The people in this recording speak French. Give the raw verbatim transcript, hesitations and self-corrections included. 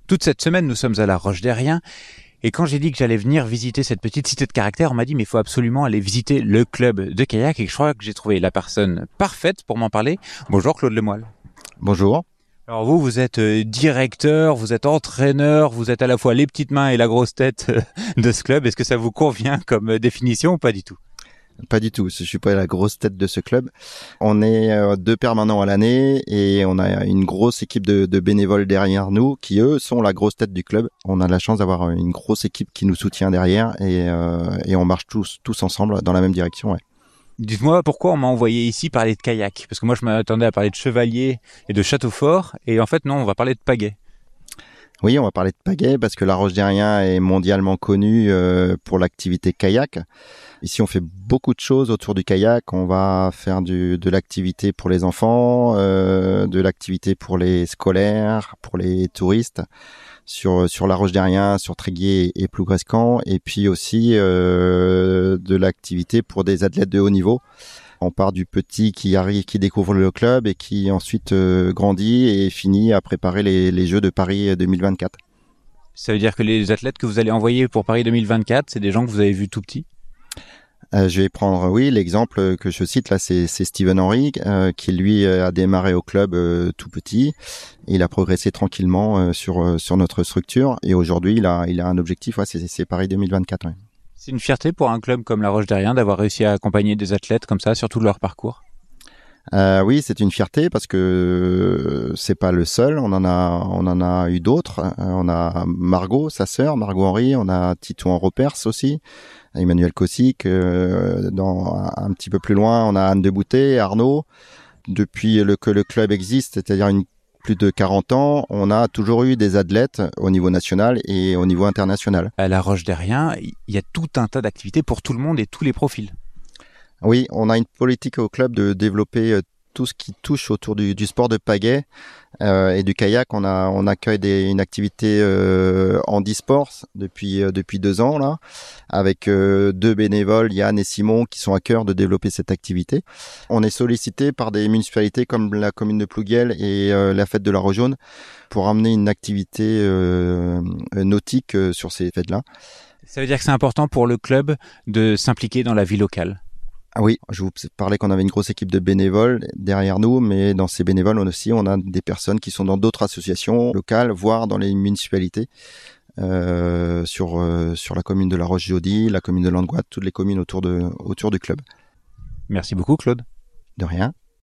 Toute cette semaine, nous sommes à La Roche-Derrien. Et quand j'ai dit que j'allais venir visiter cette petite cité de caractère, on m'a dit mais il faut absolument aller visiter le club de kayak. Et je crois que j'ai trouvé la personne parfaite pour m'en parler. Bonjour Claude Lemoyle. Bonjour. Alors vous, vous êtes directeur, vous êtes entraîneur, vous êtes à la fois les petites mains et la grosse tête de ce club. Est-ce que ça vous convient comme définition ou pas du tout ? Pas du tout, je suis pas la grosse tête de ce club. On est euh, deux permanents à l'année et on a une grosse équipe de, de bénévoles derrière nous qui, eux, sont la grosse tête du club. On a la chance d'avoir une grosse équipe qui nous soutient derrière et, euh, et on marche tous, tous ensemble dans la même direction. Ouais. Dites-moi pourquoi on m'a envoyé ici parler de kayak ? Parce que moi, je m'attendais à parler de chevalier et de château fort. Et en fait, non, on va parler de pagaie. Oui, on va parler de pagaie parce que La Roche-Derrien est mondialement connue euh, pour l'activité kayak. Ici, on fait beaucoup de choses autour du kayak. On va faire du, de l'activité pour les enfants, euh, de l'activité pour les scolaires, pour les touristes, sur sur La Roche-Derrien, sur Tréguier et Plougrescant, et puis aussi euh, de l'activité pour des athlètes de haut niveau. On part du petit qui arrive, qui découvre le club et qui ensuite euh, grandit et finit à préparer les, les Jeux de Paris deux mille vingt-quatre. Ça veut dire que les athlètes que vous allez envoyer pour Paris deux mille vingt-quatre, c'est des gens que vous avez vus tout petits ? Euh, je vais prendre, oui, l'exemple que je cite là, c'est, c'est Steven Henry, euh, qui lui a démarré au club euh, tout petit. Il a progressé tranquillement euh, sur euh, sur notre structure et aujourd'hui, il a il a un objectif, ouais, c'est, c'est Paris deux mille vingt-quatre. Ouais. C'est une fierté pour un club comme La Roche-Derrien d'avoir réussi à accompagner des athlètes comme ça sur tout leur parcours. Euh, oui, c'est une fierté parce que c'est pas le seul. On en a, on en a eu d'autres. Euh, on a Margot, sa sœur, Margot Henry. On a Titouan Ropers aussi, Emmanuel Kossic. Euh, dans un petit peu plus loin, on a Anne de Boutet, Arnaud. Depuis le, que le club existe, c'est-à-dire une plus de quarante ans, on a toujours eu des athlètes au niveau national et au niveau international. À La Roche-Derrien, il y a tout un tas d'activités pour tout le monde et tous les profils. Oui, on a une politique au club de développer euh, tout ce qui touche autour du, du sport de pagaie euh, et du kayak. On a, on accueille des, une activité euh, handisport depuis euh, depuis deux ans là, avec euh, deux bénévoles, Yann et Simon, qui sont à cœur de développer cette activité. On est sollicité par des municipalités comme la commune de Plouguel et euh, la fête de la Rojaune pour amener une activité euh, nautique euh, sur ces fêtes-là. Ça veut dire que c'est important pour le club de s'impliquer dans la vie locale. Ah oui, je vous parlais qu'on avait une grosse équipe de bénévoles derrière nous, mais dans ces bénévoles, on aussi, on a des personnes qui sont dans d'autres associations locales, voire dans les municipalités, euh, sur euh, sur la commune de La Roche-Jaudy, la commune de Landgoat, toutes les communes autour de autour du club. Merci beaucoup, Claude. De rien.